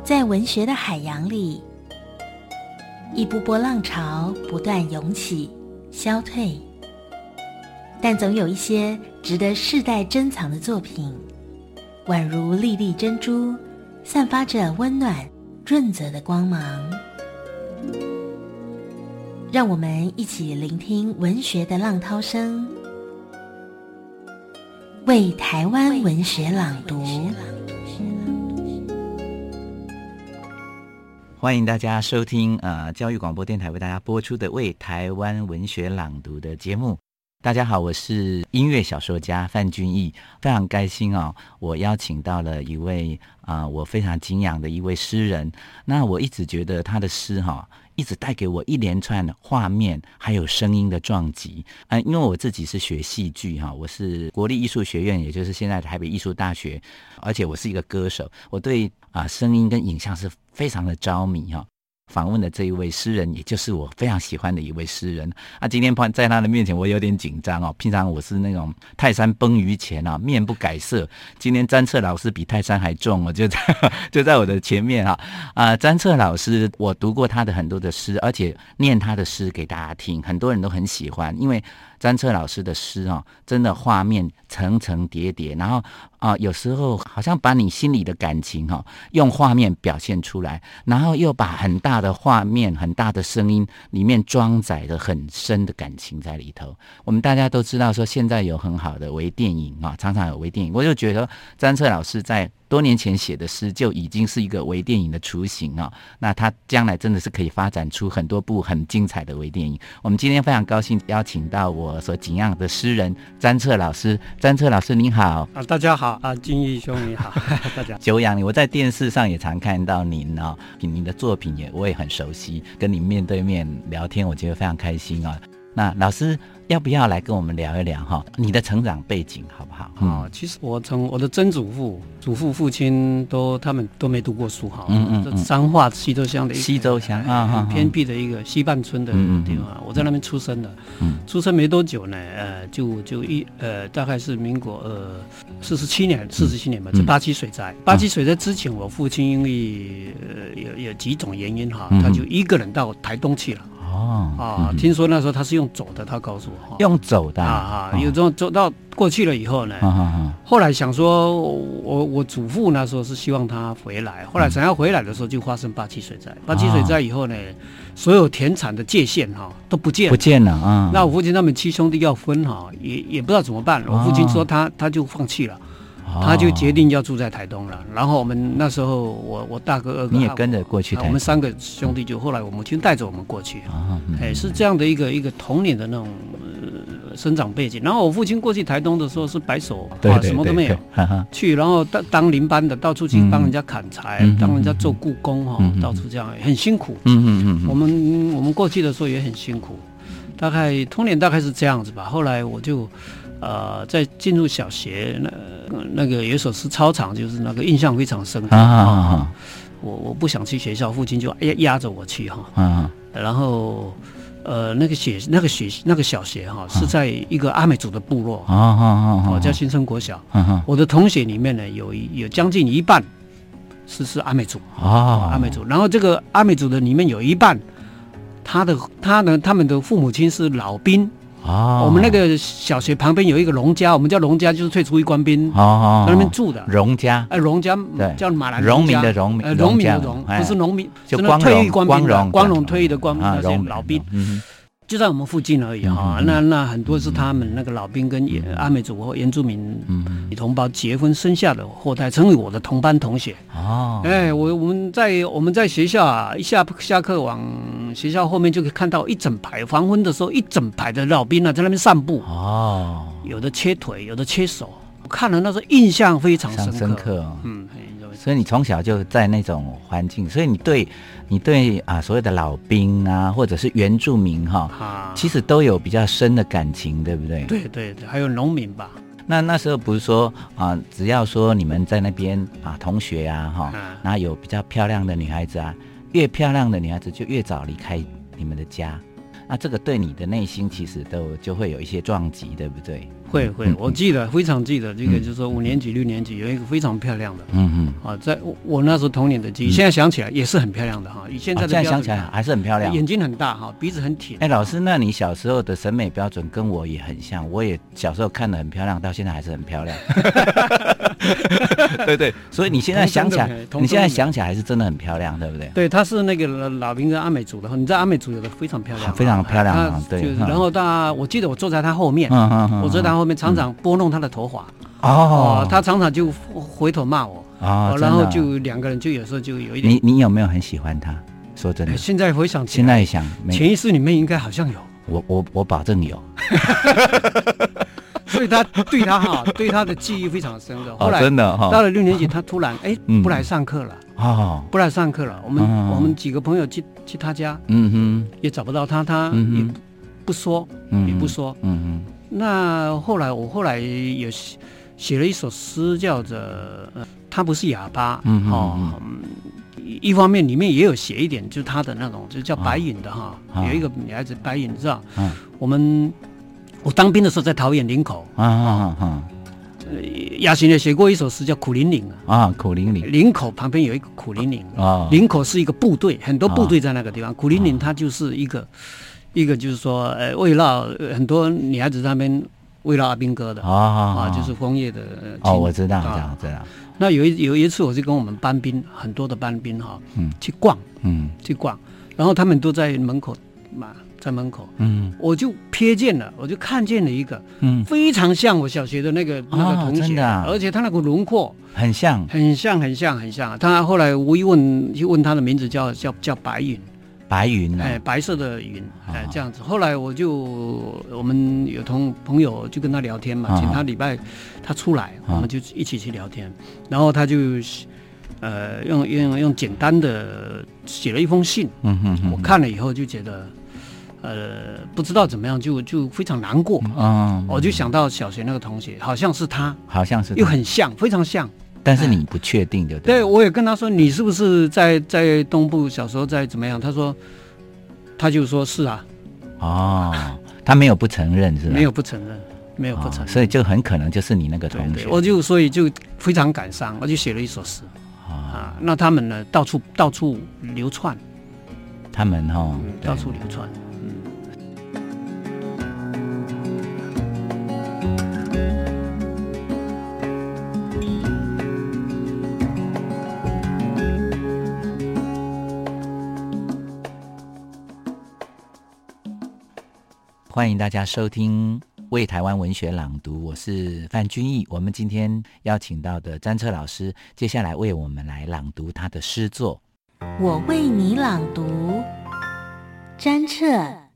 在文学的海洋里，一波波浪潮不断涌起消退，但总有一些值得世代珍藏的作品，宛如粒粒珍珠，散发着温暖润泽的光芒。让我们一起聆听文学的浪涛声，为台湾文学朗读。 欢迎大家收听教育广播电台为大家播出的为台湾文学朗读的节目。大家好，我是音乐小说家范俊毅，非常开心我邀请到了一位我非常敬仰的一位诗人。那我一直觉得他的诗一直带给我一连串的画面还有声音的撞击。因为我自己是学戏剧我是国立艺术学院，也就是现在的台北艺术大学，而且我是一个歌手，我对声音跟影像是非常的着迷访问的这一位诗人，也就是我非常喜欢的一位诗人。今天在他的面前我有点紧张平常我是那种泰山崩于前面不改色，今天詹策老师比泰山还重就在我的前面詹策老师，我读过他的很多的诗，而且念他的诗给大家听，很多人都很喜欢，因为詹策老师的诗真的画面层层叠叠，然后有时候好像把你心里的感情用画面表现出来，然后又把很大的画面很大的声音里面装载着很深的感情在里头。我们大家都知道说现在有很好的微电影常常有微电影，我就觉得詹策老师在多年前写的诗就已经是一个微电影的雏形那他将来真的是可以发展出很多部很精彩的微电影。我们今天非常高兴邀请到我所敬仰的诗人詹策老师。詹策老师您好。 大家好俊毅兄你好大家久仰你，我在电视上也常看到您您的作品我也很熟悉，跟您面对面聊天我觉得非常开心那老师要不要来跟我们聊一聊你的成长背景好不好？ 其实我的曾祖父、祖父、父亲他们都没读过书这彰化西州乡的西州乡很偏僻的一个西半村的地方我在那边出生的。出生没多久呢，大概是民国47年吧，就87水灾。87水灾之前，我父亲因为有几种原因他就一个人到台东去了。听说那时候他是用走的，他告诉我用走的有这种走到过去了以后呢，后来想说我祖父那时候是希望他回来，后来想要回来的时候就发生87水灾。87水灾以后呢，所有田产的界限都不见了那我父亲他们7兄弟要分也不知道怎么办。我父亲说他就放弃了。他就决定要住在台东了，然后我们那时候我大哥二哥你也跟着过去台东， 我们3个兄弟就后来我母亲带着我们过去是这样的一个童年的那种生长背景。然后我父亲过去台东的时候是白手什么都没有去，然后当领班的到处去帮人家砍柴帮人家做雇工到处这样很辛苦。我们过去的时候也很辛苦，大概童年大概是这样子吧。后来我就在进入小学那个有一首诗操场，就是那个印象非常深刻我不想去学校，父亲就压着我去然后那个小学是在一个阿美族的部落叫新生国小。我的同学里面呢有将近一半是阿美族阿美族，然后这个阿美族的里面有一半他们的父母亲是老兵我们那个小学旁边有一个农家，我们叫农家，就是退出役官兵在那边住的农家。 农家叫马兰农民的农不是农民， 就退役官兵的光荣退役的官兵那些老兵。就在我们附近而已那很多是他们那个老兵跟阿美族或原住民同胞结婚生下的后代，成为我的同班同学我们在学校一下课往学校后面就可以看到一整排，黄昏的时候一整排的老兵在那边散步有的切腿有的切手，我看了那时候印象非常深刻所以你从小就在那种环境，所以你对所谓的老兵或者是原住民其实都有比较深的感情，对不对？ 对，还有农民吧。 那时候不是说只要说你们在那边同学然后有比较漂亮的女孩子越漂亮的女孩子就越早离开你们的家。 那这个对你的内心其实就会有一些撞击，对不对？ 会，我记得非常记得这个，就是说5年级、6年级有一个非常漂亮的，在我那时候童年的记忆，现在想起来也是很漂亮的哈。以现在的标准， 现在想起来还是很漂亮， 眼睛很大哈，鼻子很挺。 老师，那你小时候的审美标准跟我也很像，我也小时候看得很漂亮，到现在还是很漂亮。对，所以你现在想起来，还是真的很漂亮，对不对？ 对，她是那个老兵跟阿美族的，你在阿美族有的非常漂亮， 非常漂亮，对。 然后我记得我坐在她后面，我坐在她后面常常拨弄她她的头发她常常就回头骂我然后就两个人就有时候就有一点。 你有没有很喜欢他？说真的， 现在回想起来， 现在想， 潜意识里面应该好像有。 我保证有。 所以他对他的记忆非常深的。后来真的到了6年级，他突然不来上课了不来上课了。我们几个朋友去他家，也找不到他，他也不说，那我后来也写了一首诗，叫做他不是哑巴，一方面里面也有写一点，就是他的那种，就是叫白云的有一个女孩子白云，你知道？我当兵的时候在桃园林口雅琴也写过一首诗叫《苦林岭》 苦林岭， 林口旁边有一个苦林岭林口是一个部队，很多部队在那个地方。苦林岭它就是一个就是说围绕很多女孩子在那边围绕阿兵哥的就是枫叶的我知道知道。 那有一次我就跟我们班兵很多的班兵去逛然后他们都在门口在门口我就瞥见了，我就看见了一个非常像我小学的那个同学而且他那个轮廓很像。 他后来无意去问他的名字叫白云，白色的云这样子。后来我们有朋友就跟他聊天嘛，请他礼拜他出来我们就一起去聊天，然后他就用简单的写了一封信我看了以后就觉得不知道怎么样就非常难过我就想到小学那个同学好像是他又很像，非常像， 但是你不确定的。 对，我也跟他说你是不是在东部小时候在怎么样，他就说是啊他没有不承认是吧？ 没有不承认所以就很可能就是你那个同学。 对，所以就非常感伤，我就写了一首诗那他们呢到处流窜， 他们到处流窜欢迎大家收听为台湾文学朗读，我是范君毅。我们今天邀请到的詹彻老师，接下来为我们来朗读他的诗作。 我为你朗读，詹彻。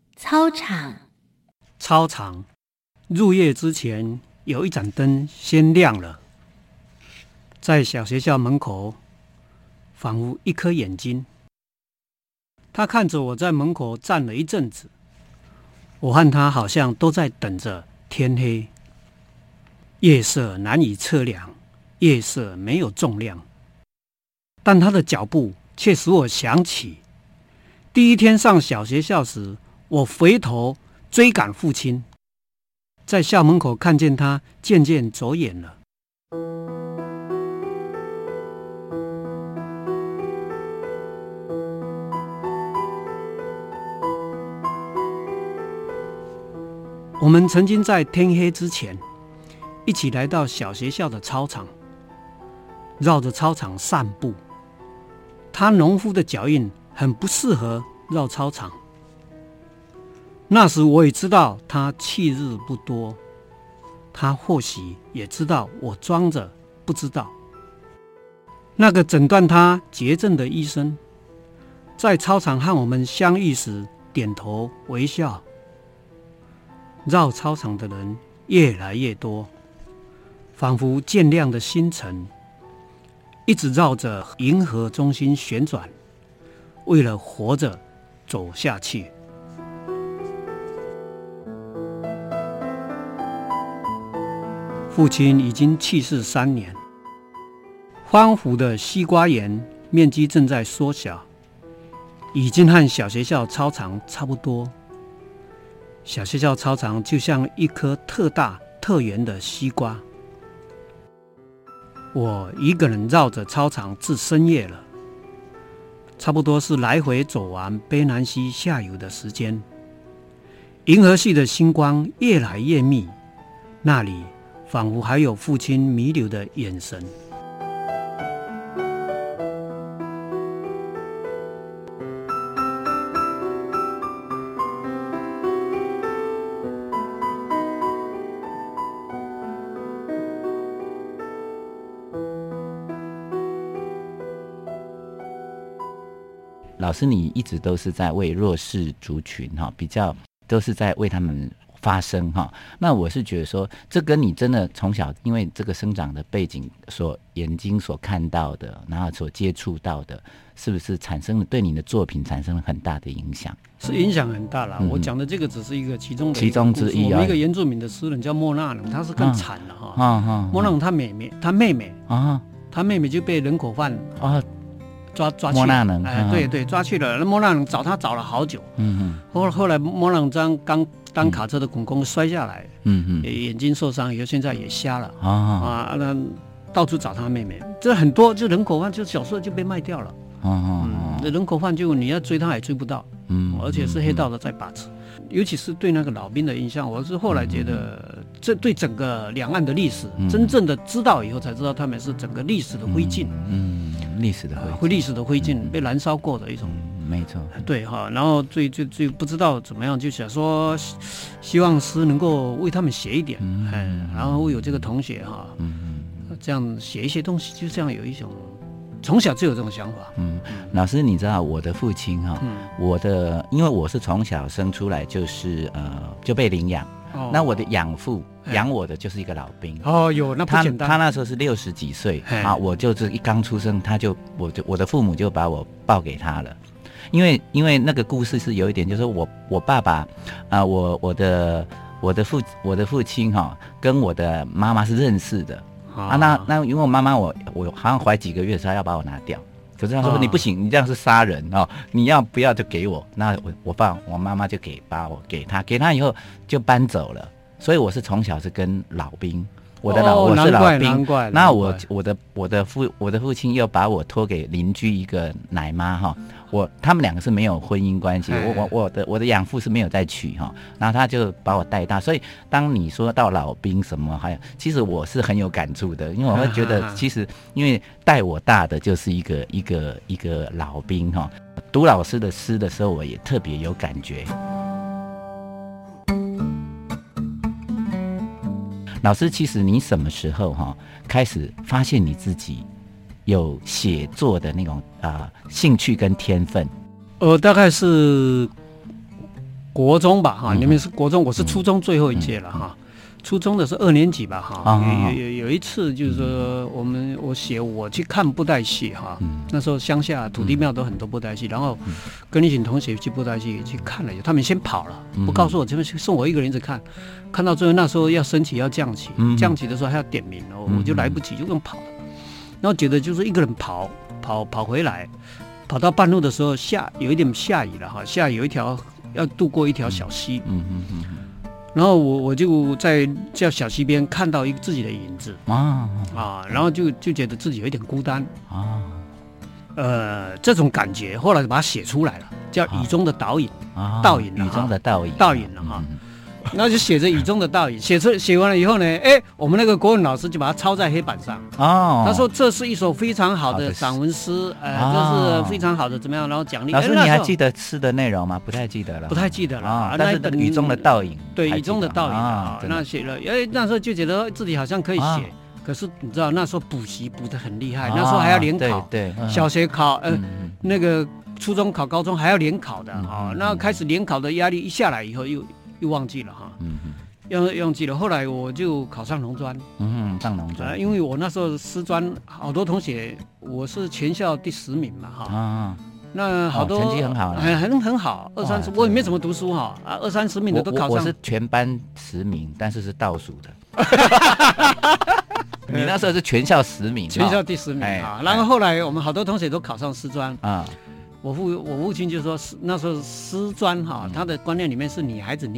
操场入夜之前，有一盏灯先亮了，在小学校门口，仿佛一颗眼睛。他看着我在门口站了一阵子。我和他好像都在等着天黑，夜色难以测量，夜色没有重量，但他的脚步却使我想起第一天上小学校时，我回头追赶父亲，在校门口看见他渐渐走远了。我们曾经在天黑之前一起来到小学校的操场，绕着操场散步。他农夫的脚印很不适合绕操场。那时我也知道他气日不多，他或许也知道我装着不知道。那个诊断他绝症的医生在操场和我们相遇时点头微笑。绕操场的人越来越多，仿佛渐亮的星辰，一直绕着银河中心旋转，为了活着走下去。父亲已经去世3年，荒芜的西瓜园面积正在缩小，已经和小学校操场差不多。 小学校操场就像一颗特大特圆的西瓜。我一个人绕着操场至深夜了，差不多是来回走完卑南溪下游的时间。银河系的星光越来越密，那里仿佛还有父亲弥留的眼神。 老师，你一直都是在为弱势族群比较都是在为他们发声那我是觉得说，这跟你真的从小因为这个生长的背景所眼睛所看到的，然后所接触到的，是不是产生了对你的作品产生了很大的影响？ 是影响很大啦。我讲的这个只是一个其中之一。我们一个原住民的诗人叫莫纳能，他是更惨了莫纳能他妹妹就被人口贩抓去莫纳能对抓去了。那莫纳能找了好久。后来莫纳能刚当卡车的滚工摔下来，眼睛受伤以后现在也瞎了那到处找他妹妹。这很多就人口贩就小时候就被卖掉了。人口贩就你要追他也追不到。而且是黑道的在把持。尤其是对那个老兵的印象，我是后来觉得这对整个两岸的历史真正的知道以后才知道，他们是整个历史的灰烬。历史的灰烬被燃烧过的一种。 没错。 对然后最不知道怎么样，就想说希望诗能够为他们写一点。然后会有这个同学这样写一些东西，就这样有一种从小就有这种想法。 老师，你知道我的父亲因为我是从小生出来就是就被领养。那我的养父养我的就是一个老兵。 那不简单。 他那时候是60几岁我就是一刚出生，我的父母就把我抱给他了。因为那个故事是有一点，就是我爸爸我的父亲跟我的妈妈是认识的。那因为我妈妈我好像怀几个月的时候要把我拿掉，可是他说你不行，你这样是杀人你要不要就给我。那我妈妈就把我给他以后就搬走了。所以我是从小是跟老兵，我是老兵。那我的父亲又把我托给邻居一个奶妈他们两个是没有婚姻关系。我的养父是没有再娶然后他就把我带大。所以当你说到老兵什么其实我是很有感触的，因为我会觉得其实因为带我大的就是一个老兵读老师的诗的时候，我也特别有感觉。老师，其实你什么时候开始发现你自己有写作的那种兴趣跟天分？ 大概是国中吧你们是国中，我是初中最后一届了初中的是2年级吧有一次就是说我去看布袋戏那时候乡下土地庙都很多布袋戏，然后跟一群同学去布袋戏去看了，他们先跑了，不告诉我，这边送我一个人一直看到最后，那时候要升旗要降旗，降旗的时候还要点名我就来不及，就用跑了。然后觉得就是一个人跑回来，跑到半路的时候有一点下雨了下雨有一条要渡过一条小溪。然后我就在叫小溪边看到一个自己的影子然后就觉得自己有一点孤单这种感觉后来把它写出来了，叫雨中的倒影。 雨中的倒影了然后就写着雨中的倒影，写完了以后呢，我们那个国文老师就把它抄在黑板上。他说这是一首非常好的散文诗，这是非常好的怎么样，然后奖励。 老师，你还记得诗的内容吗？不太记得了。但是雨中的倒影， 对，雨中的倒影那写了，那时候就觉得自己好像可以写。可是你知道那时候补习补得很厉害，那时候还要联考， 对， 小学考那个初中考高中还要联考的那开始联考的压力一下来以后又忘记了忘记了。后来我就考上农专， 上农专， 因为我那时候师专好多同学，我是全校第10名嘛那好多成绩很好， 很好，20-30，我也没怎么读书20-30名的都考上。 我是全班10名，但是倒数的。你那时候是全校10名， 全校第10名然后后来我们好多同学都考上师专我父亲就说，那时候师专他的观念里面是女孩子念的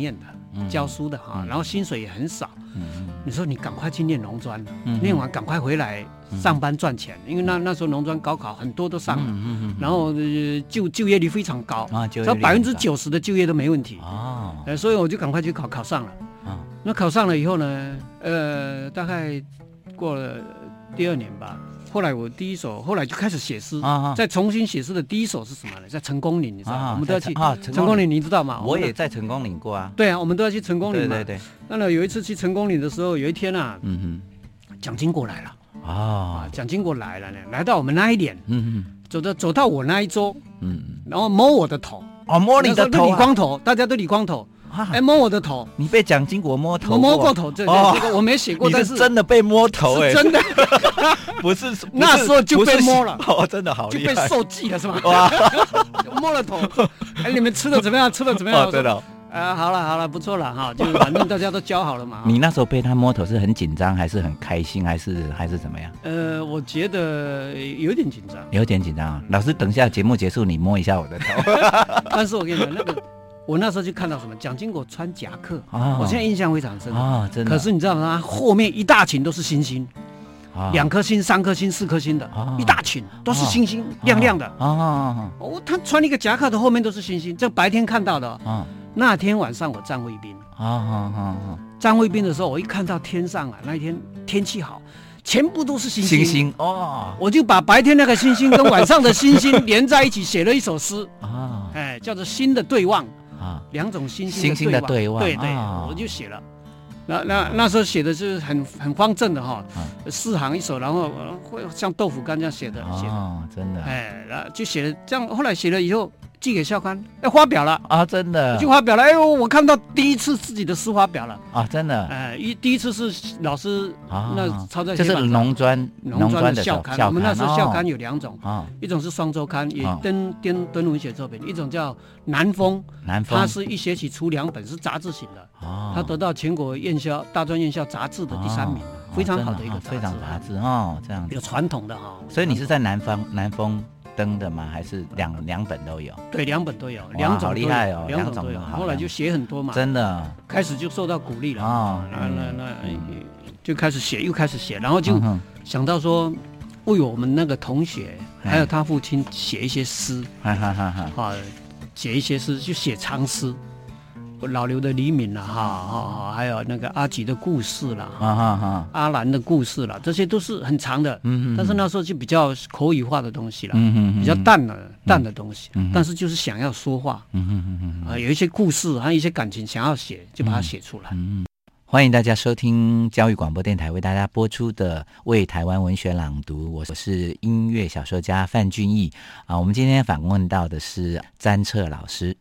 教书的哈，然后薪水也很少。你说你赶快去念农专了，念完赶快回来上班赚钱，因为那时候农专高考很多都上了，然后就业率非常高，只要90%的就业都没问题。所以我就赶快去考上了。那考上了以后呢，大概过了第2年吧。后来我第一首，后来就开始写诗，再重新写诗的第一首是什么呢？在成功岭，你知道吗？我们都要去成功岭，你知道吗？ 我也在成功岭过啊。 对啊，我们都要去成功岭嘛。 对。 那有一次去成功岭的时候，有一天啊，蒋经国来了。蒋经国来了呢，来到我们那一脸，走到我那一桌，然后摸我的头。 摸你的头， 理光头，大家都理光头。摸我的头， 你被蒋经国摸头过？ 我摸过头，这个我没写过， 但是真的被摸头， 是真的， 不是那时候就被摸了， 真的好厉害， 就被受记了是吧？哇，摸了头，你们吃的怎么样？吃的怎么样？ 真的。 好了，不错了哈，就反正大家都教好了嘛。 你那时候被他摸头是很紧张，还是很开心，还是怎么样？ 我觉得有点紧张。 有点紧张啊！老师，等一下节目结束，你摸一下我的头。 但是我跟你讲，我那时候就看到什么，蒋经国穿夹克，我现在印象非常深真的。 可是你知道吗？后面一大群都是星星，2颗星、3颗星、4颗星的，一大群都是星星，亮亮的。他穿一个夹克的后面都是星星，这白天看到的。那天晚上我站卫兵，站卫兵的时候，我一看到天上啊，那一天天气好，全部都是星星。我就把白天那个星星跟晚上的星星连在一起，写了一首诗。叫做《心的对望》，2种星星的对望。对，我就写了。那时候写的是很方正的哈，4行一首，然后会像豆腐干这样写的。 真的。 然后就写了这样，后来写了以后寄给校刊，发表了真的， 就发表了。我看到第一次自己的诗发表了真的。 第一次是老师那抄在， 这是农专的校刊。我们那时候校刊有2种，一种是双周刊，也登文学作品；一种叫南风，它是一学期出2本，是杂志型的。它得到全国大专院校杂志的第3名，非常好的一个杂志这样子， 有传统的所以你是在南风登的吗？还是两本都有？ 对，2本都有，2种好厉害哦 ，2种都有。后来就写很多嘛， 真的， 开始就受到鼓励了那就开始写，又开始写，然后就想到说，为我们那个同学还有他父亲写一些诗，写一些诗，就写长诗。老刘的黎明啦，还有那个阿吉的故事啦，阿兰的故事啦，这些都是很长的，但是那时候就比较口语化的东西啦，比较淡的东西，但是就是想要说话，有一些故事，还有一些感情想要写，就把它写出来。 欢迎大家收听教育广播电台为大家播出的《为台湾文学朗读》，我是音乐小说家范俊毅我们今天访问到的是詹彻老师。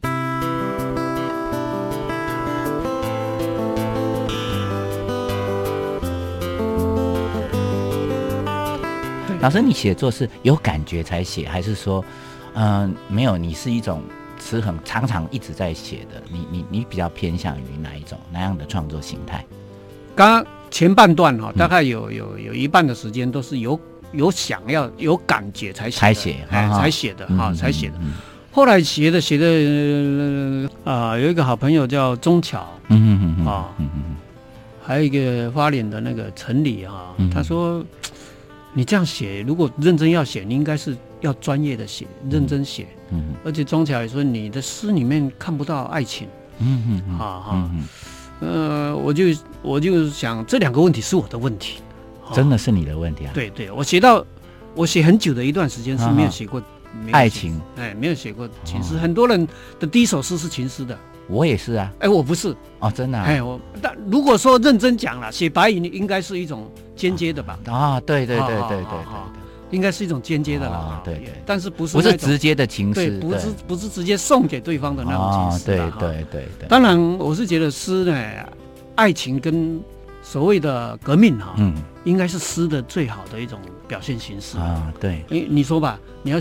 老师，你写作是有感觉才写，还是说，没有？你是一种词很常一直在写的，你比较偏向于哪样的创作形态？ 刚刚前半段大概有一半的时间都是有想要有感觉才写的。后来写的有一个好朋友叫钟巧，还有一个花莲的那个陈理他说。你这样写，如果认真要写，你应该是要专业的写，认真写。而且钟巧也说，你的诗里面看不到爱情。我就想，这2个问题是我的问题， 真的是你的问题啊？ 对，我写很久的一段时间是没有写过爱情， 没有写过情诗。很多人的第一首诗是情诗的。 我也是啊， 我不是真的但如果说认真讲了，写白银应该是一种间接的吧？ 对， 应该是一种间接的了。对，但是不是直接的情诗， 对，不是直接送给对方的那种情诗。 对。 当然，我是觉得诗呢，爱情跟所谓的革命应该是诗的最好的一种表现形式对， 你说吧，你要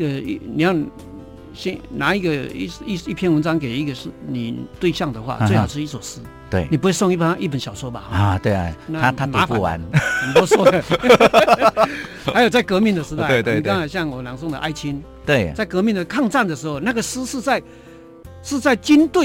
先拿一篇文章给一个是你对象的话，最好是一首诗。 对， 你不会送一本小说吧？ 对啊，他读不完， 很多说的。还有在革命的时代， 对， 你刚才像我朗诵的《哀亲》， 对， 在革命的抗战的时候，那个诗是在军队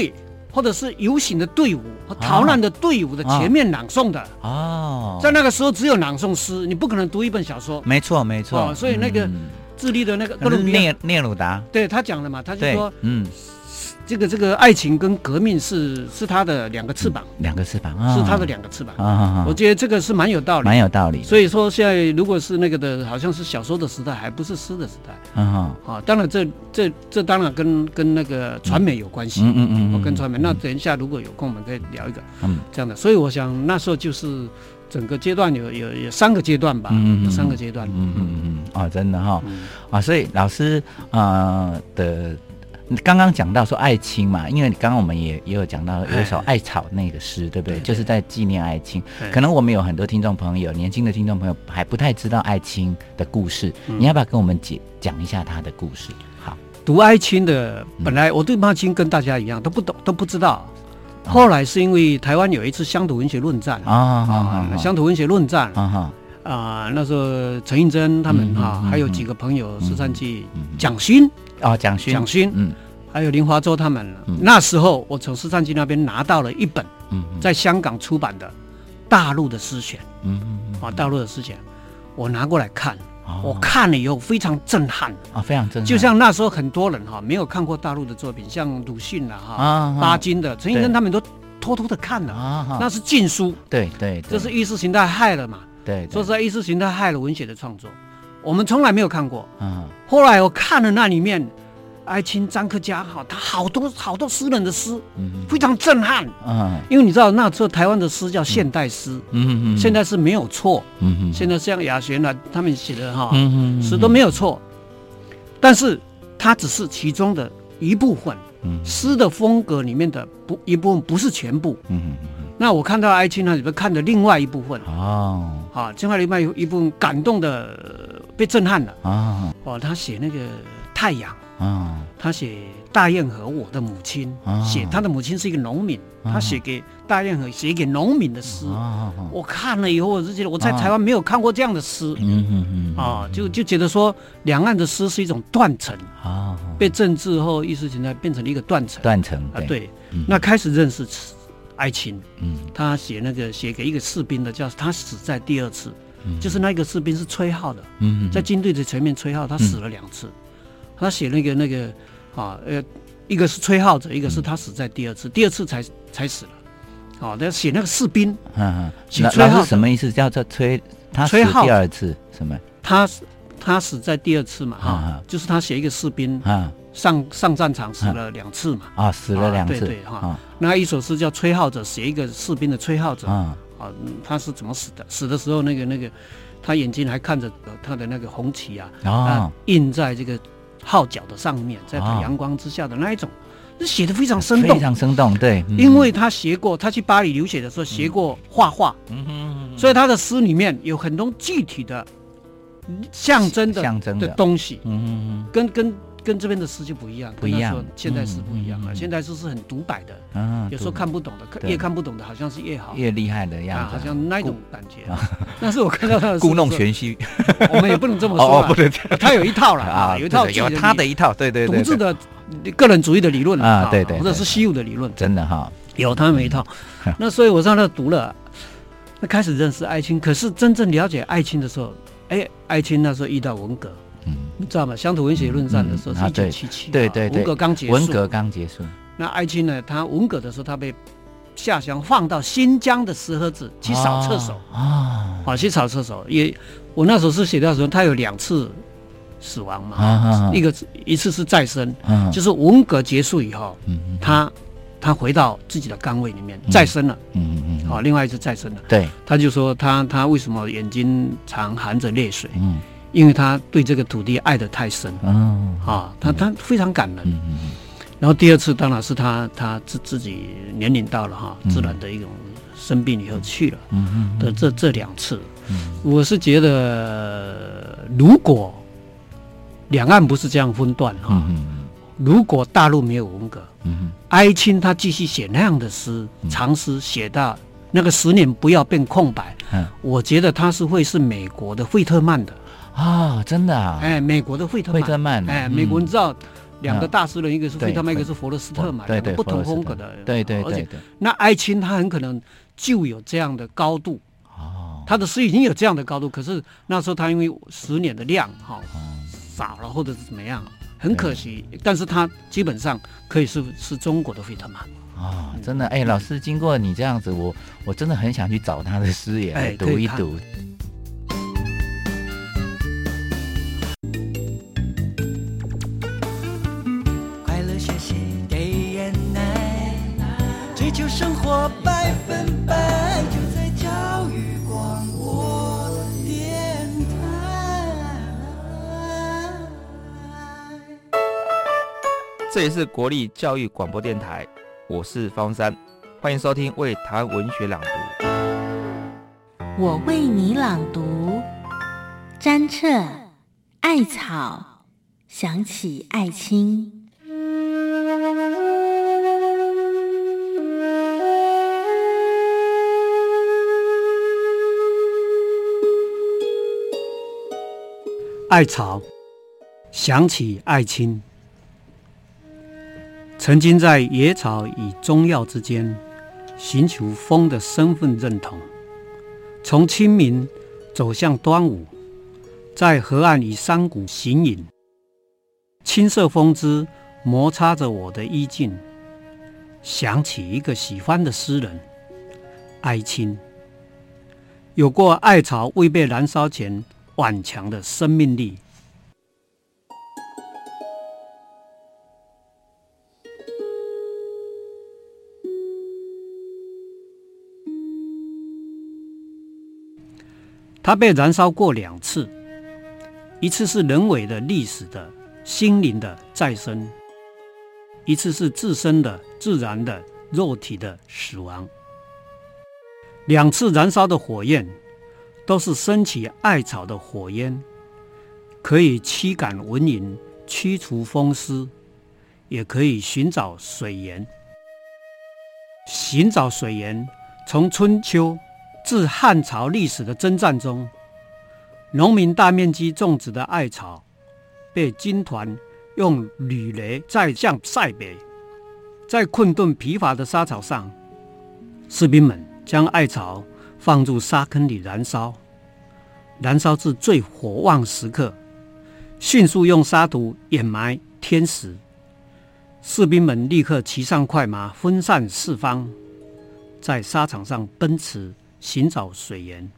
或者是游行的队伍和逃难的队伍的前面朗诵的。在那个时候只有朗诵诗，你不可能读一本小说。 没错没错。 所以那个智利的那个哥伦比亚聂鲁达， 对他讲了嘛，他就说，这个爱情跟革命是他的两个翅膀，是他的两个翅膀。我觉得这个是蛮有道理，所以说现在如果是那个的，好像是小说的时代，还不是诗的时代。当然这当然跟那个传媒有关系。跟传媒。那等一下如果有空，我们可以聊一个这样的。所以我想那时候就是整个阶段有3个阶段吧，有3个阶段。 真的哈。所以老师的。刚刚讲到说爱卿嘛，因为刚刚我们也有讲到有一首艾草那个诗，对不对？就是在纪念爱卿。可能我们有很多听众朋友，年轻的听众朋友还不太知道爱卿的故事，你要不要跟我们讲一下他的故事？好， 读爱卿的，本来我对爱卿跟大家一样都不懂，都不知道。后来是因为台湾有一次乡土文学论战乡土文学论战那时候陈映真他们还有几个朋友，十三季蒋勋。蒋勋，还有林华洲他们。那时候我从十三季那边拿到了一本，在香港出版的大陆的诗选，大陆的诗选，我拿过来看，我看了以后非常震撼非常震撼。 就像那时候很多人没有看过大陆的作品，像鲁迅巴金的陈映真他们都偷偷的看了，那是禁书。 对， 这是意识形态害了嘛？ 对， 说实在，意识形态害了文学的创作。我们从来没有看过。后来我看了那里面，爱卿、张克家他好多诗人的诗，非常震撼。因为你知道那时候台湾的诗叫现代诗，现代诗没有错。现在像雅璇他们写的诗都没有错，但是它只是其中的一部分，诗的风格里面的一部分，不是全部。那我看到爱卿那里边看的另外一部分另外一部分感动的被震撼了他写那个太阳他写大堰河我的母亲写他的母亲是一个农民他写给大堰河写给农民的诗我看了以后我就觉得我在台湾没有看过这样的诗就觉得说两岸的诗是一种断层被政治后意识形态变成了一个断层对那开始认识爱卿他写给一个士兵的叫他死在第2次就是那个士兵是崔浩的在军队的前面崔浩他死了2次他写那个一个是崔浩者一个是他死在第2次第2次才死了他写那个士兵写崔浩是什么意思叫做他死第2次什么他死在第2次嘛就是他写一个士兵上战场死了2次嘛死了2次对那一首诗叫崔浩者写一个士兵的崔浩者他是怎么死的死的时候那个他眼睛还看着他的那个红旗印在这个号角的上面在阳光之下的那一种写得非常生动对因为他去巴黎留学的时候学过画画所以他的诗里面有很多具体的象征的东西跟这边的诗就不一样现代诗不一样现代诗是很独白的有时候看不懂的越看不懂的好像是越好越厉害的样子好像那种感觉但是我看到他的故弄玄虚我们也不能这么说不能他有一套了有一套有他的一套对独自的个人主义的理论对或者是虚无的理论真的有他们一套那所以我上那读了那开始认识爱卿可是真正了解爱卿的时候爱卿那时候遇到文革你知道吗？乡土文学论战的时候是1977， 对， 文革刚结束。那爱卿呢？他文革的时候，他被下乡放到新疆的石河子去扫厕所去扫厕所。我那时候是写到的时候，他有2次死亡嘛，一次是再生，就是文革结束以后，他回到自己的岗位里面再生了，另外一次再生了。 对， 他就说他为什么眼睛常含着泪水？因为他对这个土地爱得太深，他非常感人。然后第2次当然是他自己年龄到了自然的一种生病以后去了的这2次，我是觉得如果两岸不是这样分段如果大陆没有文革，爱卿他继续写那样的诗，长诗写到那个10年不要变空白，我觉得他会是美国的惠特曼的。 真的美国的惠特曼， 美国你知道两个大诗人，一个是费特曼，一个是佛罗斯特嘛，两个不同风格的。 对， 而且那艾青他很可能就有这样的高度。他的诗已经有这样的高度，可是那时候他因为10年的量少了，或者是怎么样，很可惜。但是他基本上可以是中国的费特曼。 真的，老师经过你这样子，我真的很想去找他的诗也来读一读。 快乐学习给人爱，追求生活100%，就在教育广播电台。 这里是国立教育广播电台，我是方山，欢迎收听为台湾文学朗读。 我为你朗读，詹彻，艾草，想起艾青。 艾草，想起艾青。曾经在野草与中药之间寻求风的身份认同，从清明走向端午，在河岸与山谷行吟，青色风姿摩擦着我的衣襟，想起一个喜欢的诗人艾青，有过艾草未被燃烧前顽强的生命力。它被燃烧过2次，一次是人为的历史的心灵的再生，一次是自身的自然的肉体的死亡。2次燃烧的火焰都是升起艾草的火焰，可以驱赶蚊蝇，驱除风湿，也可以寻找水源。寻找水源，从春秋自汉朝历史的征战中，农民大面积种植的艾草被军团用履雷载向塞北，在困顿疲乏的沙场上，士兵们将艾草放入沙坑里燃烧，燃烧至最火旺时刻，迅速用沙土掩埋天时。士兵们立刻骑上快马，分散四方，在沙场上奔驰，寻找水源。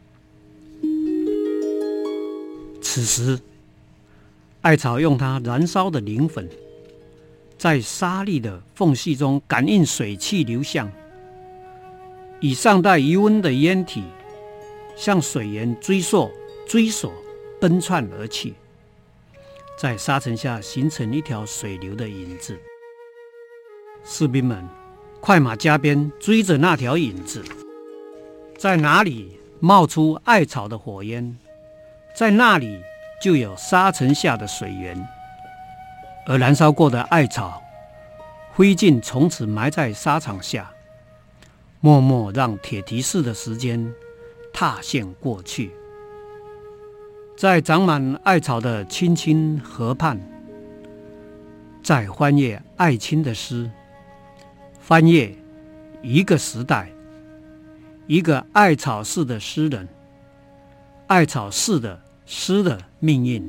此时，艾草用它燃烧的磷粉，在沙砾的缝隙中感应水汽流向，以尚带余温的烟体向水源追索奔窜而去，在沙尘下形成一条水流的影子。士兵们快马加鞭追着那条影子，在哪里冒出艾草的火焰，在那里就有沙尘下的水源。而燃烧过的艾草灰烬从此埋在沙场下，默默让铁蹄似的时间踏陷过去。在长满艾草的青青河畔，在翻阅艾青的诗，翻阅一个时代，一个艾草式的诗人，艾草式的诗的命运。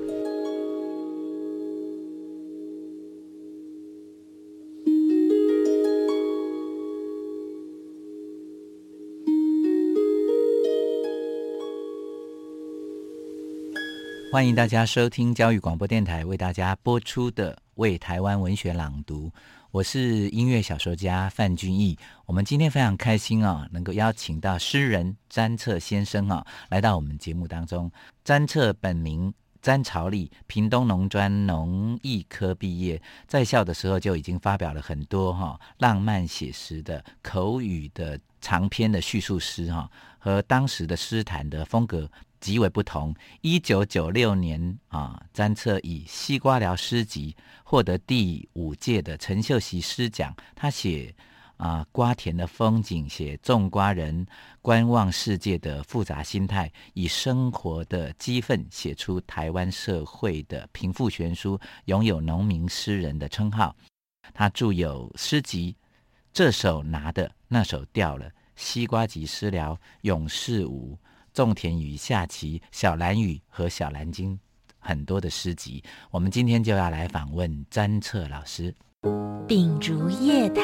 欢迎大家收听教育广播电台为大家播出的《为台湾文学朗读》，我是音乐小说家范君毅。我们今天非常开心能够邀请到诗人詹彻先生来到我们节目当中。詹彻本名詹朝立，屏东农专农艺科毕业，在校的时候就已经发表了很多浪漫写实的口语的长篇的叙述诗和当时的诗坛的风格极为不同。1996年詹彻以西瓜寮诗集获得第5届的陈秀熙诗奖。他写瓜田的风景，写种瓜人观望世界的复杂心态，以生活的激愤写出台湾社会的贫富悬殊，拥有农民诗人的称号。他著有诗集《这手拿的那手掉了》、《西瓜集诗聊》、《勇士舞》、《种田与下棋》、《小蓝屿》和《小蓝鲸》，很多的诗集。我们今天就要来访问詹彻老师。 秉烛夜谈，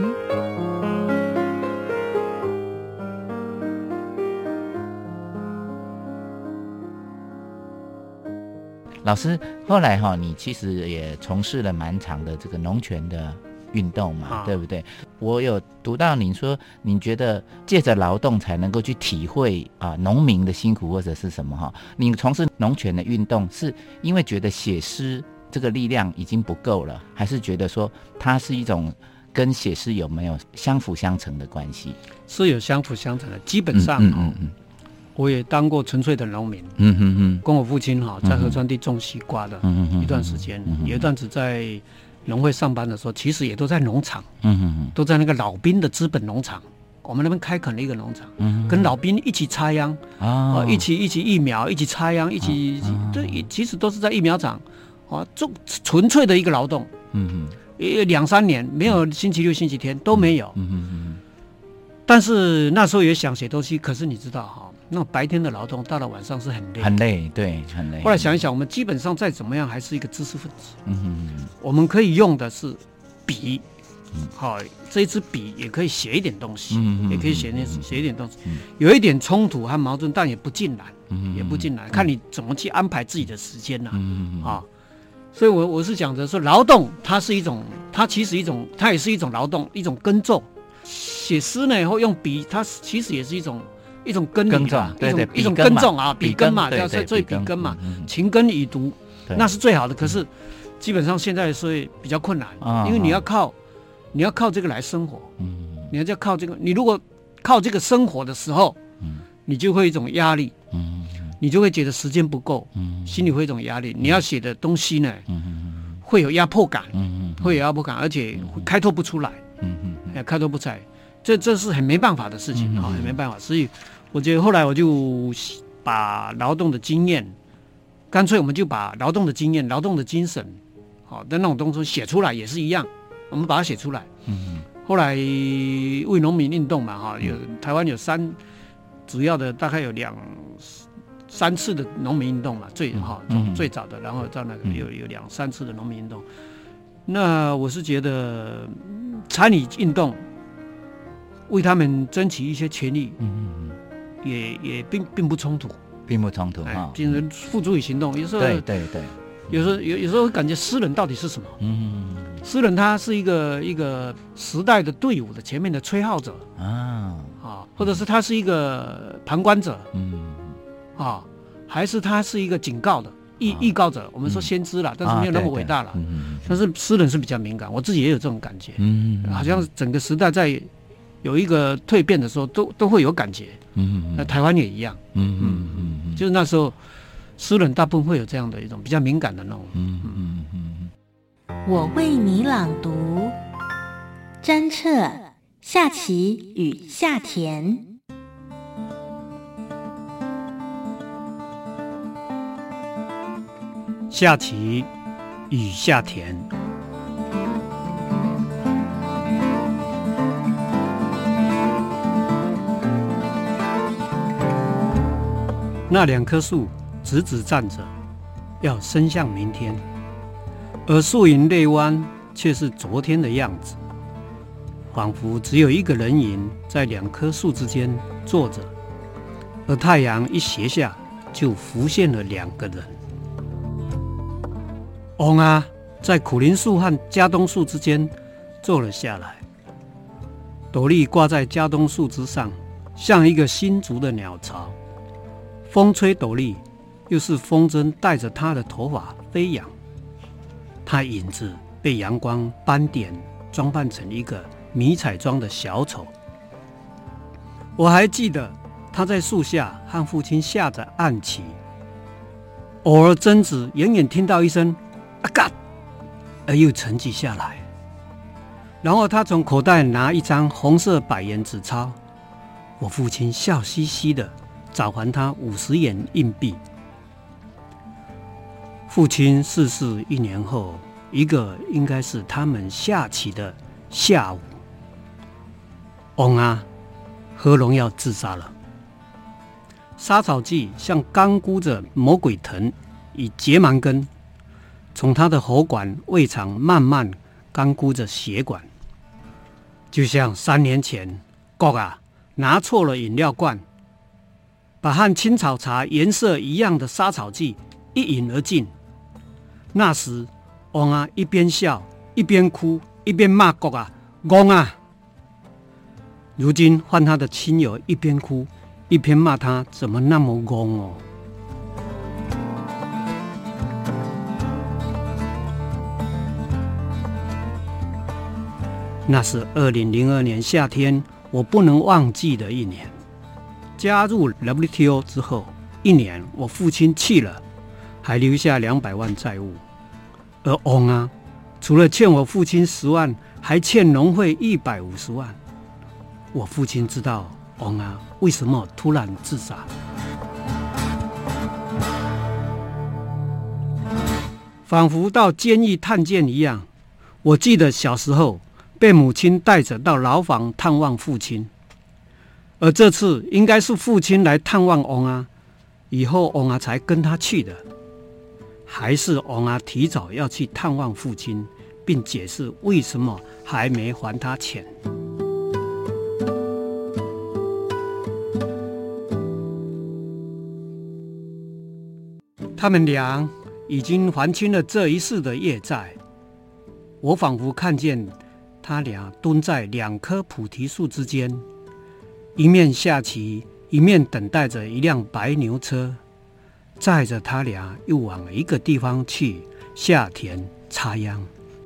老师，后来你其实也从事了蛮长的这个农权的运动嘛，对不对？我有读到您说，您觉得借着劳动才能够去体会农民的辛苦或者是什么你从事农权的运动，是因为觉得写诗这个力量已经不够了，还是觉得说它是一种跟写诗有没有相辅相成的关系？是有相辅相成的，基本上我也当过纯粹的农民，跟我父亲在河川地种西瓜的一段时间，有一段子在农会上班的时候，其实也都在农场，都在那个老兵的资本农场，我们那边开垦了一个农场，跟老兵一起插秧，一起育苗，一起插秧，一起其实都是在育苗场，做纯粹的一个劳动，2-3年没有星期六星期天都没有，但是那时候也想写东西，可是你知道那种白天的劳动到了晚上是很累， 很累，对，很累。 后来想一想，我们基本上再怎么样还是一个知识分子，我们可以用的是笔，这一支笔也可以写一点东西，也可以写一点东西，有一点冲突和矛盾，但也不尽然，看你怎么去安排自己的时间所以我是讲着说，劳动它是一种，它其实它也是一种劳动，一种耕种。写诗呢，以后用笔，它其实也是一种耕种，一种耕种笔耕嘛，所以笔耕嘛，勤耕以读，那是最好的。可是基本上现在所以比较困难，因为你要靠这个来生活，你要靠这个，你如果靠这个生活的时候，你就会有一种压力，你就会觉得时间不够，心里会有一种压力。你要写的东西呢，会有压迫感，而且开拓不出来，开拓不出来，这是很没办法的事情，很没办法。所以我觉得后来我就把劳动的经验，干脆我们就把劳动的经验、劳动的精神，的那种东西写出来也是一样，我们把它写出来。后来为农民运动嘛，台湾有主要的大概有3次的农民运动嘛，从最早的，然后到那个有2-3次的农民运动。那我是觉得参与运动，为他们争取一些权利，也并不冲突，就是付诸于行动。有时候有时候感觉诗人到底是什么？诗人他是一个时代的队伍的前面的吹号者或者是他是一个旁观者，还是他是一个警告的预告者？我们说先知了，但是没有那么伟大了。但是诗人是比较敏感，我自己也有这种感觉，好像整个时代在有一个蜕变的时候，都会有感觉。那台湾也一样，就是那时候诗人大部分会有这样的一种比较敏感的那种。 我为你朗读，詹彻、下棋与下田。 下棋与下田。那2棵树直直站着，要伸向明天，而树影内弯却是昨天的样子，仿佛只有一个人影在2棵树之间坐着，而太阳一斜下，就浮现了2个人。翁啊，在苦苓树和家冬树之间坐了下来，斗笠挂在家冬树之上，像一个新筑的鸟巢。风吹斗笠，又是风筝带着他的头发飞扬。他影子被阳光斑点装扮成一个迷彩装的小丑。我还记得他在树下和父亲下着暗棋，偶尔贞子远远听到一声啊嘎，而又沉寂下来。 然后他从口袋拿一张红色100元纸钞，我父亲笑嘻嘻的找还他50元硬币。父亲逝世1年后，一个应该是他们下棋的下午，翁啊何荣耀自杀了。杀草剂像干箍着魔鬼藤与结芒根，从他的喉管、胃肠慢慢干箍着血管，就像3年前国啊拿错了饮料罐，把和青草茶颜色一样的杀草剂一饮而尽。那时翁啊一边笑一边哭一边骂国啊翁啊。如今换他的亲友一边哭一边骂他怎么那么懵哦。那是2002年夏天，我不能忘记的一年。加入 WTO 之后1年，我父亲去了，还留下200万债务。而翁啊，除了欠我父亲10万，还欠农会150万。我父亲知道翁啊为什么突然自杀。仿佛到监狱探监一样，我记得小时候被母亲带着到牢房探望父亲，而这次应该是父亲来探望翁啊，以后翁啊才跟他去的，还是翁啊提早要去探望父亲，并解释为什么还没还他钱。他们俩已经还清了这一世的业债，我仿佛看见他俩蹲在2棵菩提树之间，一面下棋，一面等待着一辆白牛车，载着他俩又往一个地方去下田插秧。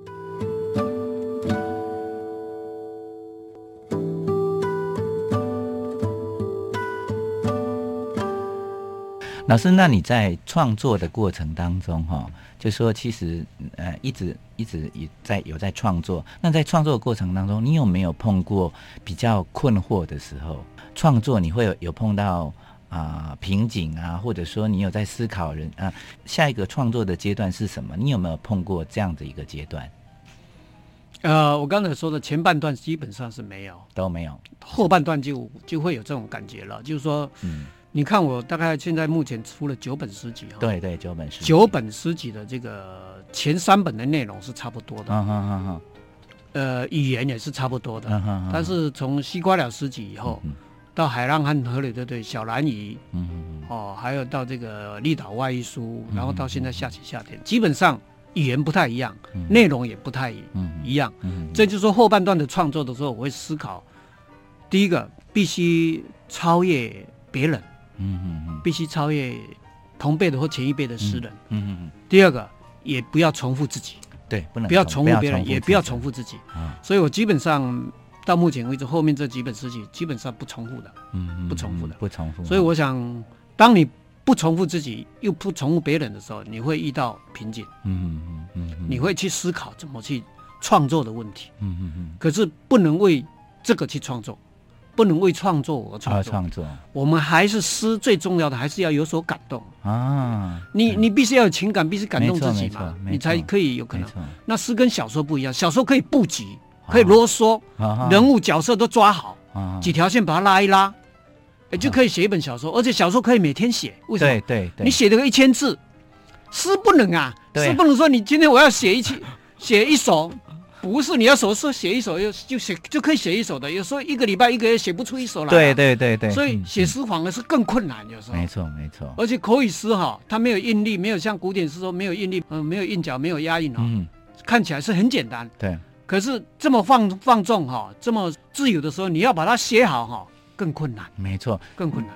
老师，那你在创作的过程当中，就说其实一直有在创作。那在创作的过程当中，你有没有碰过比较困惑的时候？创作你会有碰到瓶颈啊，或者说你有在思考下一个创作的阶段是什么？你有没有碰过这样的一个阶段？ 我刚才说的前半段基本上是没有， 都没有， 后半段就会有这种感觉了，就是说，你看我大概现在目前出了9本诗集， 对对，9本诗集 ，9本诗集的这个前3本的内容是差不多的，语言也是差不多的，但是从西瓜了诗集以后，到海浪和河流对对小蓝鱼，还有到这个立岛外一书，然后到现在下棋下田，基本上语言不太一样，内容也不太一样，这就是说后半段的创作的时候，我会思考，第一个必须超越别人。必须超越同辈的或前一辈的诗人。第二个，也不要重复自己， 对， 不要重复别人，也不要重复自己。所以我基本上到目前为止，后面这几本诗集基本上不重复的，不重复。所以我想，当你不重复自己，又不重复别人的时候，你会遇到瓶颈。你会去思考怎么去创作的问题。可是不能为这个去创作。不能为创作而创作，我们还是诗最重要的，还是要有所感动啊！你必须要有情感，必须感动自己嘛，你才可以有可能。那诗跟小说不一样，小说可以布局，可以啰嗦，人物角色都抓好，几条线把它拉一拉，就可以写一本小说。而且小说可以每天写，为什么？对，你写了个1000字，诗不能啊，诗不能说你今天我要写一首。不是你要写一首就可以写一首的，有时候1个礼拜1个月写不出一首来。对，所以写诗反而是更困难，有时候。没错。而且口语诗它没有韵律，没有像古典诗说没有韵律，没有韵脚，没有押韵看起来是很简单。对。可是这么放纵这么自由的时候，你要把它写好更困难。没错，更困难。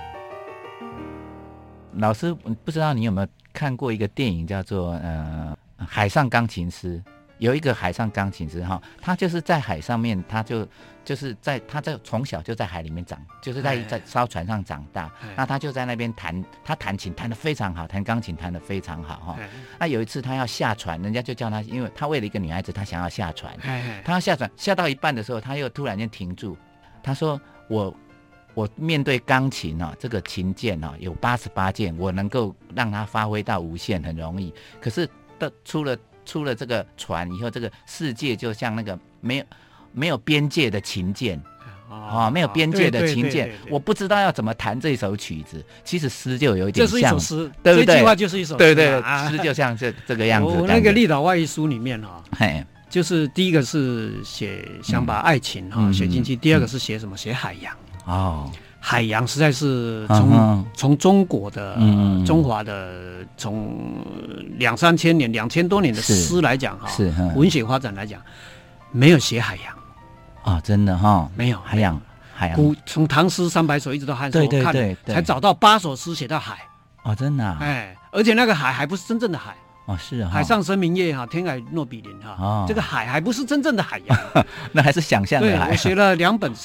老师，不知道你有没有看过一个电影叫做海上钢琴师，有一个海上钢琴师哈，他就是在海上面，他从小就在海里面长，就是在艘船上长大。那他就在那边他弹琴弹得非常好，弹钢琴弹得非常好哈。那有一次他要下船，人家就叫他，因为他为了一个女孩子，他想要下船，他要下船，下到一半的时候，他又突然间停住，他说我面对钢琴啊，这个琴键啊有88键，我能够让它发挥到无限，很容易。可是出了这个船以后，这个世界就像那个没有边界的琴键没有边界的琴键，我不知道要怎么弹这首曲子。其实诗就有一点像， 这是一首诗， 对不对？ 这句话就是一首诗， 对对，诗就像这个样子。 我那个立岛外译书里面就是第一个是想把爱情写进去，第二个是写什么？写海洋。海洋实在是从中国的中华的从2-3千年2000多年的诗来讲是文学发展来讲，没有写海洋真的没有海洋。 从唐诗300首一直到汉诗， 对， 才找到8首诗写到海。 真的而且那个海还不是真正的海。 是海上生明夜天海诺比邻这个海还不是真正的海洋， 那还是想象的海。 对，我写了2本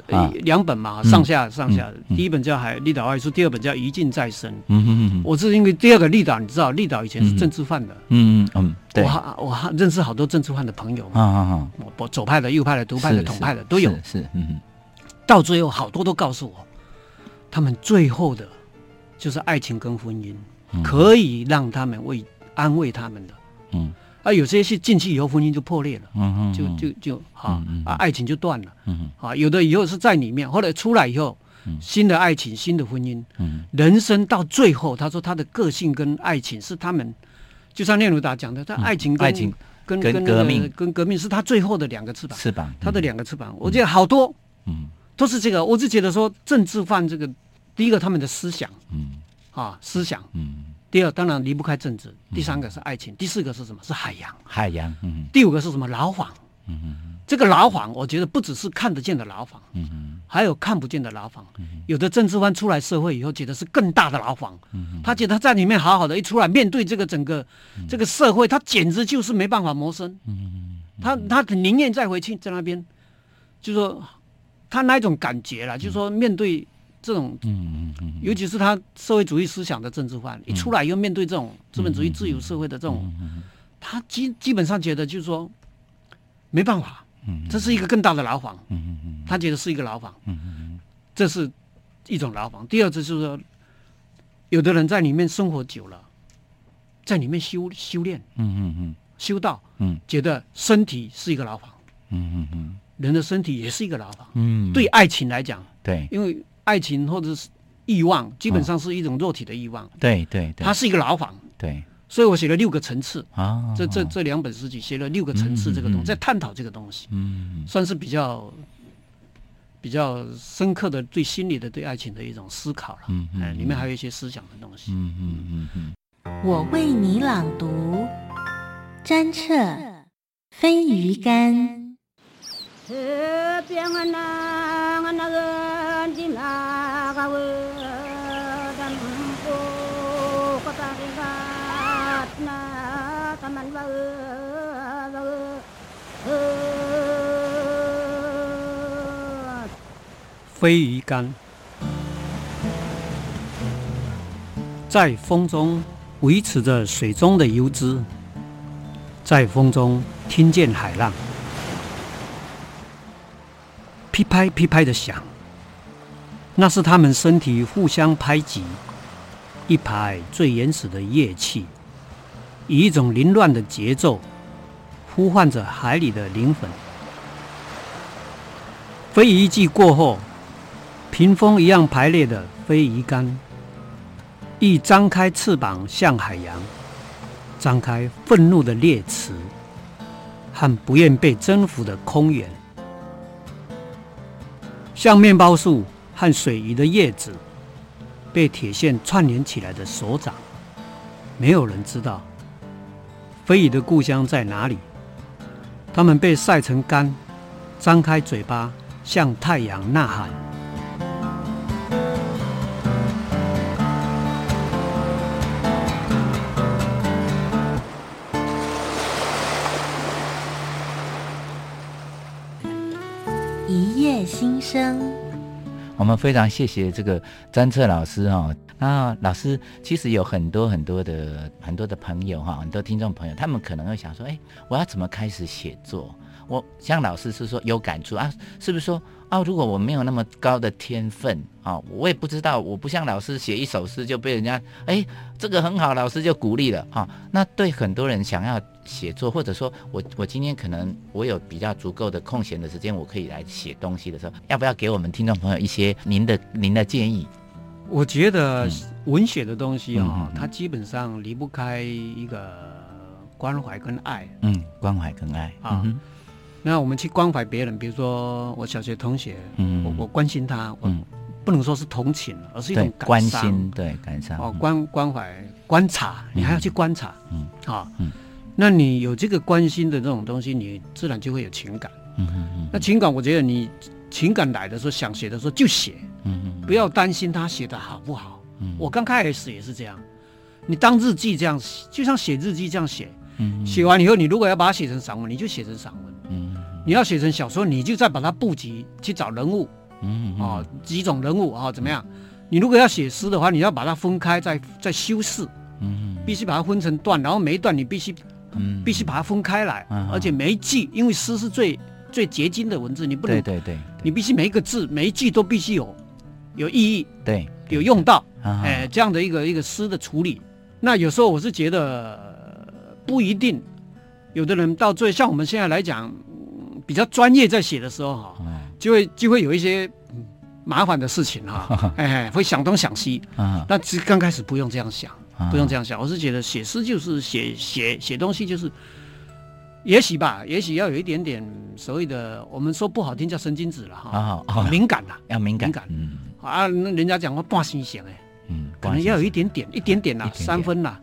2本嘛，上下。第一本叫《立岛外书》，第二本叫《一境再生》。我是因为第二个立岛，你知道，立岛以前是政治犯的。对，我认识好多政治犯的朋友。我左派的、右派的、独派的、统派的都有。到最后，好多都告诉我，他们最后的就是爱情跟婚姻，可以让他们安慰他们的，有些是进去以后婚姻就破裂了，就爱情就断了，有的以后是在里面，后来出来以后，新的爱情、新的婚姻，人生到最后，他说他的个性跟爱情是他们，就像聂鲁达讲的，他爱情跟革命是他最后的2个翅膀，他的2个翅膀，我觉得好多，都是这个，我是觉得说政治犯这个，第一个他们的思想，思想，第二当然离不开政治，第3个是爱情，第4个是什么？是海洋，第5个是什么？牢房。这个牢房我觉得不只是看得见的牢房，还有看不见的牢房。有的政治犯出来社会以后觉得是更大的牢房，他觉得他在里面好好的，一出来面对这个整个这个社会，他简直就是没办法谋生。他宁愿再回去在那边，就说他那种感觉啦，就是说面对这种尤其是他社会主义思想的政治犯，一出来又面对这种资本主义自由社会的这种，他基本上觉得就是说没办法，这是一个更大的牢房，他觉得是一个牢房，这是一种牢房。第二就是说，有的人在里面生活久了，在里面修炼，修道，觉得身体是一个牢房，人的身体也是一个牢房，对爱情来讲，对，因为爱情或者是欲望，基本上是一种肉体的欲望。对，它是一个牢房。对，所以我写了6个层次啊。这2本诗集写了6个层次，这个东西在探讨这个东西，算是比较深刻的对心理的、对爱情的一种思考了。里面还有一些思想的东西。 我为你朗读，詹彻《飞鱼干》。 飞鱼干，在风中维持着水中的游姿，在风中听见海浪噼拍噼拍的响，那是他们身体互相拍击，一排最原始的乐器，以一种凌乱的节奏呼唤着海里的灵魂。飞鱼季过后，屏风一样排列的飞鱼干，一张开翅膀向海洋，张开愤怒的烈词和不愿被征服的空缘，像面包树和水鱼的叶子被铁线串联起来的手掌。没有人知道飞鱼的故乡在哪里，它们被晒成干，张开嘴巴向太阳呐喊。 心声。 我们非常谢谢这个詹策老师哈。那老师其实有很多的朋友哈，很多听众朋友，他们可能会想说，我要怎么开始写作？我像老师是说有感触啊，是不是说如果我没有那么高的天分我也不知道，我不像老师写一首诗就被人家这个很好，老师就鼓励了那对很多人想要写作，或者说我今天可能我有比较足够的空闲的时间，我可以来写东西的时候，要不要给我们听众朋友一些您的建议？ 我觉得文学的东西它基本上离不开一个关怀跟爱。 关怀跟爱那我们去关怀别人，比如说我小学同学，我关心他，我不能说是同情，而是一种关心，对，感伤关怀观察，你还要去观察那你有这个关心的这种东西，你自然就会有情感。那情感，我觉得你情感来的时候，想写的时候就写，不要担心他写的好不好。我刚开始也是这样，你当日记这样，就像写日记这样写，写完以后，你如果要把它写成散文，你就写成散文。你要写成小说，你就再把它布局去找人物，几种人物怎么样？你如果要写诗的话，你要把它分开，再修饰，必须把它分成段，然后每一段你必须把它分开来，而且每一句，因为诗是最结晶的文字，你不能对，你必须每一个字每一句都必须有意义，对，有用到，这样的一个诗的处理。那有时候我是觉得不一定，有的人到最像我们现在来讲比较专业在写的时候就会有一些麻烦的事情会想东想西那刚开始不用这样想，我是觉得写诗就是写东西，就是也许要有一点点所谓的，我们说不好听叫神经质了敏感啦， 要敏感那人家讲话半心想可能要有一点点啦，3分啦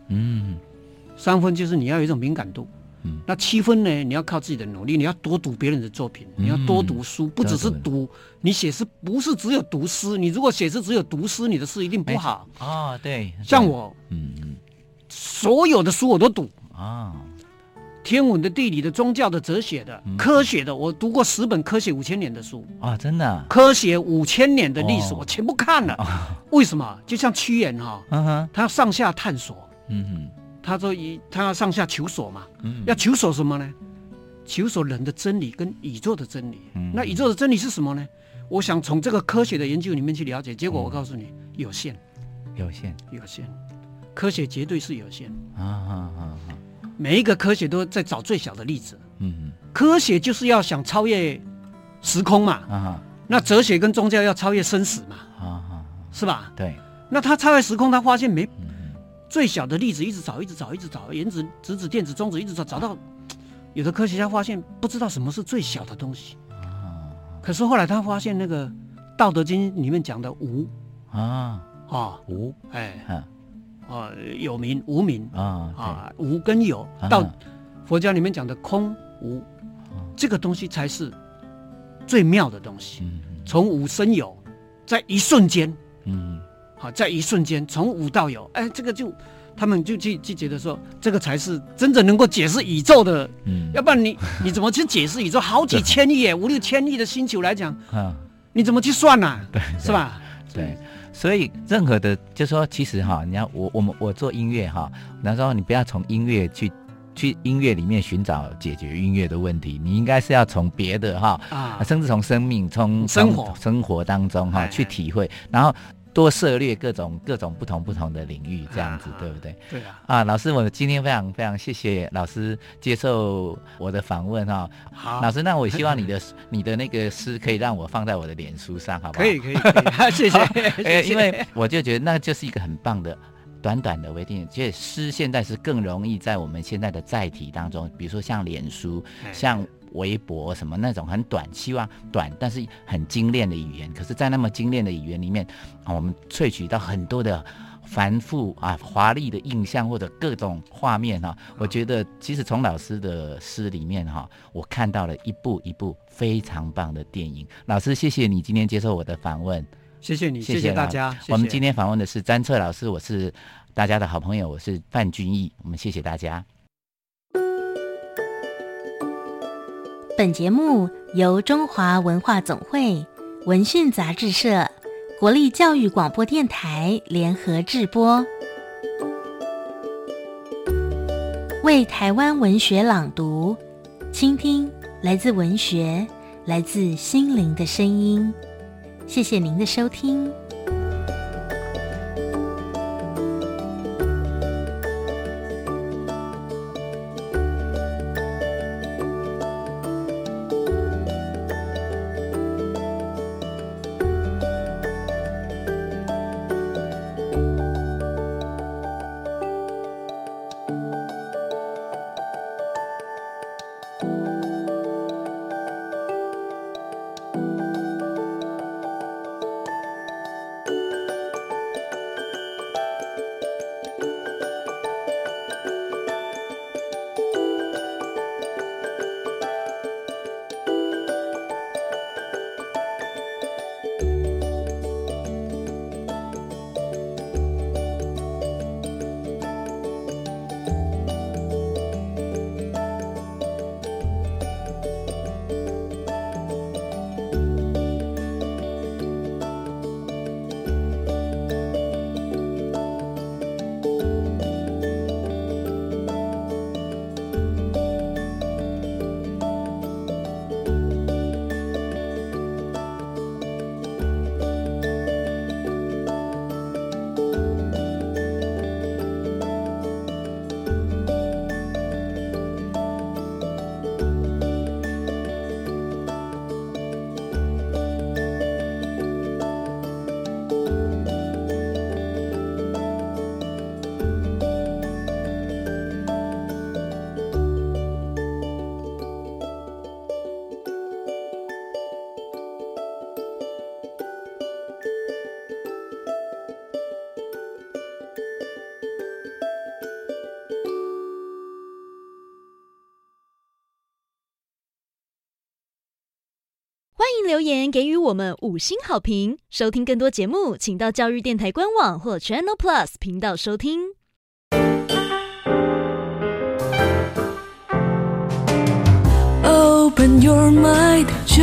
，3分就是你要有一种敏感度。那7分呢？你要靠自己的努力，你要多读别人的作品，你要多读书，不只是读。你写诗不是只有读诗，你如果写诗只有读诗，你的诗一定不好对， 像我，所有的书我都读天文的、地理的、宗教的、哲学的、科学的，我读过10本科学5000年的书真的， 科学5000年的历史我全部看了。为什么？就像屈原他要上下探索，他说他要上下求索嘛，要求索什么呢？求索人的真理跟宇宙的真理。那宇宙的真理是什么呢？我想从这个科学的研究里面去了解，结果我告诉你，有限，科学绝对是有限每一个科学都在找最小的粒子。科学就是要想超越时空嘛，那哲学跟宗教要超越生死嘛，是吧？对。那他超越时空，他发现没。最小的粒子一直找，原子、质子、电子、中子一直找到，有的科学家发现不知道什么是最小的东西可是后来他发现那个《道德经》里面讲的无无有名无名无跟有，到佛教里面讲的空无这个东西才是最妙的东西。从无生有，在一瞬间在一瞬间从无到有，这个就他们就去觉得说，这个才是真正能够解释宇宙的。要不然你怎么去解释宇宙好几千亿5、6千亿的星球来讲，你怎么去算呢？对，是吧？ 对，所以任何的，就说其实你要我做音乐那时候你不要从音乐去音乐里面寻找解决音乐的问题，你应该是要从别的甚至从生命、从生活当中去体会，然后多涉猎各种不同的领域，这样子对不对？对老师，我今天非常非常谢谢老师接受我的访问好，老师，那我希望你的那个诗可以让我放在我的脸书上，好不好？可以， 谢谢。 因为我就觉得那就是一个很棒的。短的微电影，其实诗现在是更容易在我们现在的载体当中，比如说像脸书、像微博什么那种很短，希望短但是很精炼的语言。可是，在那么精炼的语言里面，我们萃取到很多的繁复华丽的印象或者各种画面我觉得其实从老师的诗里面我看到了一部非常棒的电影。老师，谢谢你今天接受我的访问。 谢谢你，谢谢大家。 我们今天访问的是詹策老师，我是大家的好朋友，我是范俊毅。我们谢谢大家。 本节目由中华文化总会、 文讯杂志社、国立教育广播电台联合制播，为台湾文学朗读，倾听来自文学、来自心灵的声音。谢谢您的收听。 欢迎留言给予我们5星好评。收听更多节目，请到教育电台官网或 Channel Plus 频道收听。 Open your mind。